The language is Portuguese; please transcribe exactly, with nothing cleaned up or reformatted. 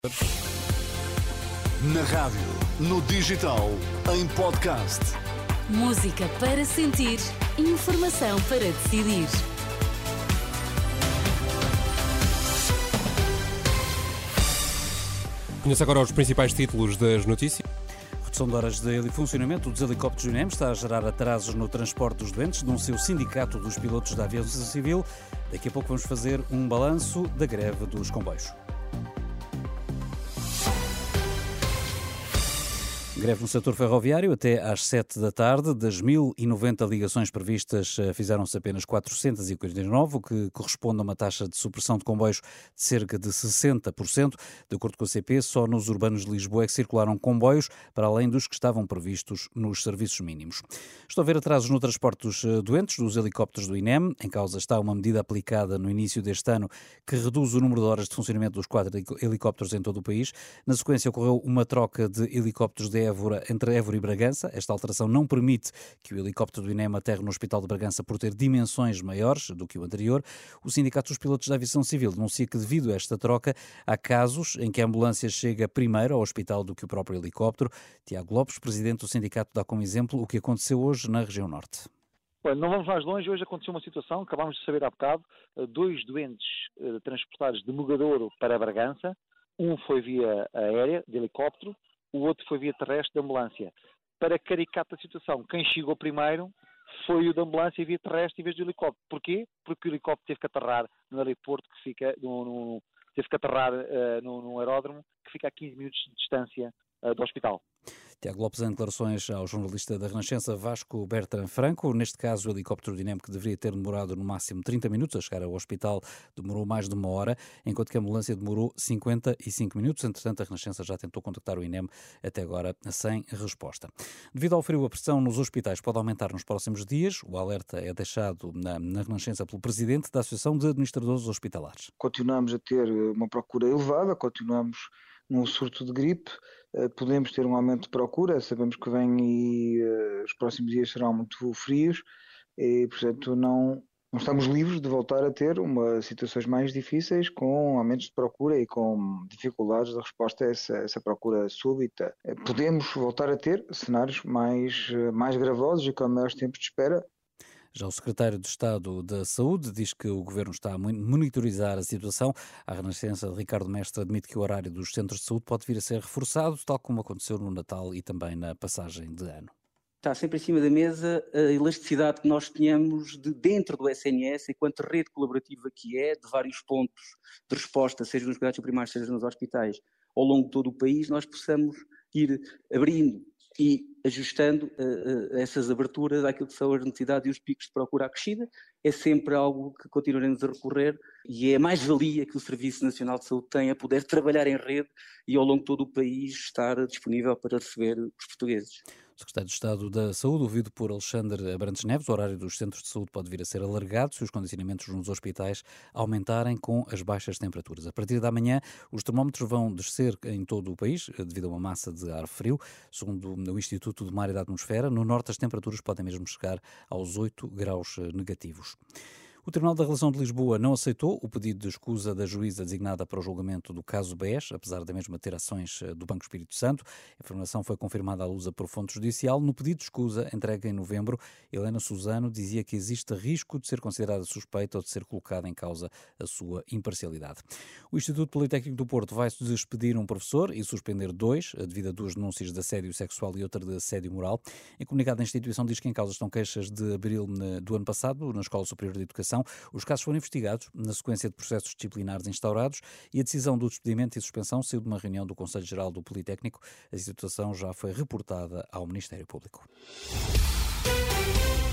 Na rádio, no digital, em podcast. Música para sentir, informação para decidir. Conheça agora os principais títulos das notícias. Redução de horas de funcionamento dos helicópteros do I N E M está a gerar atrasos no transporte dos doentes, denuncia o Sindicato dos Pilotos da Aviação Civil. Daqui a pouco vamos fazer um balanço da greve dos comboios. Greve no setor ferroviário até às sete da tarde. Das mil e noventa ligações previstas, fizeram-se apenas quatrocentas e quarenta e nove, o que corresponde a uma taxa de supressão de comboios de cerca de sessenta por cento. De acordo com a C P, só nos urbanos de Lisboa é que circularam comboios, para além dos que estavam previstos nos serviços mínimos. Estou a ver atrasos no transporte dos doentes dos helicópteros do I N E M. Em causa está uma medida aplicada no início deste ano que reduz o número de horas de funcionamento dos quatro helicópteros em todo o país. Na sequência, ocorreu uma troca de helicópteros de Évora, entre Évora e Bragança. Esta alteração não permite que o helicóptero do I N E M aterre no Hospital de Bragança por ter dimensões maiores do que o anterior. O Sindicato dos Pilotos da Aviação Civil denuncia que, devido a esta troca, há casos em que a ambulância chega primeiro ao hospital do que o próprio helicóptero. Tiago Lopes, presidente do sindicato, dá como exemplo o que aconteceu hoje na região norte. Olha, não vamos mais longe. Hoje aconteceu uma situação, acabámos de saber há bocado, dois doentes eh, transportados de Mogadouro para Bragança. Um foi via aérea, de helicóptero, o outro foi via terrestre, de ambulância. Para caricata a situação, quem chegou primeiro foi o da ambulância via terrestre em vez do helicóptero. Porquê? Porque o helicóptero teve que aterrar no aeroporto, que fica no, no, teve que aterrar uh, no, no aeródromo, que fica a quinze minutos de distância uh, do hospital. Tiago Lopes, em declarações ao jornalista da Renascença Vasco Bertrand Franco. Neste caso, o helicóptero do I N E M, que deveria ter demorado no máximo trinta minutos a chegar ao hospital, demorou mais de uma hora, enquanto que a ambulância demorou cinquenta e cinco minutos. Entretanto, a Renascença já tentou contactar o I N E M, até agora sem resposta. Devido ao frio, a pressão nos hospitais pode aumentar nos próximos dias. O alerta é deixado na, na Renascença pelo presidente da Associação de Administradores Hospitalares. Continuamos a ter uma procura elevada, continuamos num surto de gripe, podemos ter um aumento de procura, sabemos que vem e uh, os próximos dias serão muito frios e, portanto, não, não estamos livres de voltar a ter uma, situações mais difíceis com aumentos de procura e com dificuldades de resposta a essa, essa procura súbita. Podemos voltar a ter cenários mais, mais gravosos e com maiores tempos de espera. Já o secretário de Estado da Saúde diz que o Governo está a monitorizar a situação. A Renascença de Ricardo Mestre admite que o horário dos centros de saúde pode vir a ser reforçado, tal como aconteceu no Natal e também na passagem de ano. Está sempre em cima da mesa a elasticidade que nós tenhamos de dentro do S N S, enquanto rede colaborativa que é, de vários pontos de resposta, seja nos cuidados primários, seja nos hospitais, ao longo de todo o país, nós possamos ir abrindo e ajustando uh, uh, essas aberturas àquilo que são as necessidades e os picos de procura acrescida. É sempre algo que continuaremos a recorrer e é a mais-valia que o Serviço Nacional de Saúde tem a poder trabalhar em rede e ao longo de todo o país estar disponível para receber os portugueses. O secretário de Estado da Saúde, ouvido por Alexandre Abrantes Neves, o horário dos centros de saúde pode vir a ser alargado se os condicionamentos nos hospitais aumentarem com as baixas temperaturas. A partir da manhã, os termómetros vão descer em todo o país, devido a uma massa de ar frio. Segundo o Instituto de Mar e da Atmosfera, no norte as temperaturas podem mesmo chegar aos oito graus negativos. O Tribunal da Relação de Lisboa não aceitou o pedido de escusa da juíza designada para o julgamento do caso B E S, apesar da mesma ter ações do Banco Espírito Santo. A informação foi confirmada à lusa por fonte judicial. No pedido de escusa, entregue em novembro, Helena Suzano dizia que existe risco de ser considerada suspeita ou de ser colocada em causa a sua imparcialidade. O Instituto Politécnico do Porto vai despedir um professor e suspender dois, devido a duas denúncias de assédio sexual e outra de assédio moral. Em comunicado, a instituição diz que em causa estão queixas de abril do ano passado na Escola Superior de Educação. Os casos foram investigados na sequência de processos disciplinares instaurados e a decisão do despedimento e suspensão saiu de uma reunião do Conselho Geral do Politécnico. A situação já foi reportada ao Ministério Público.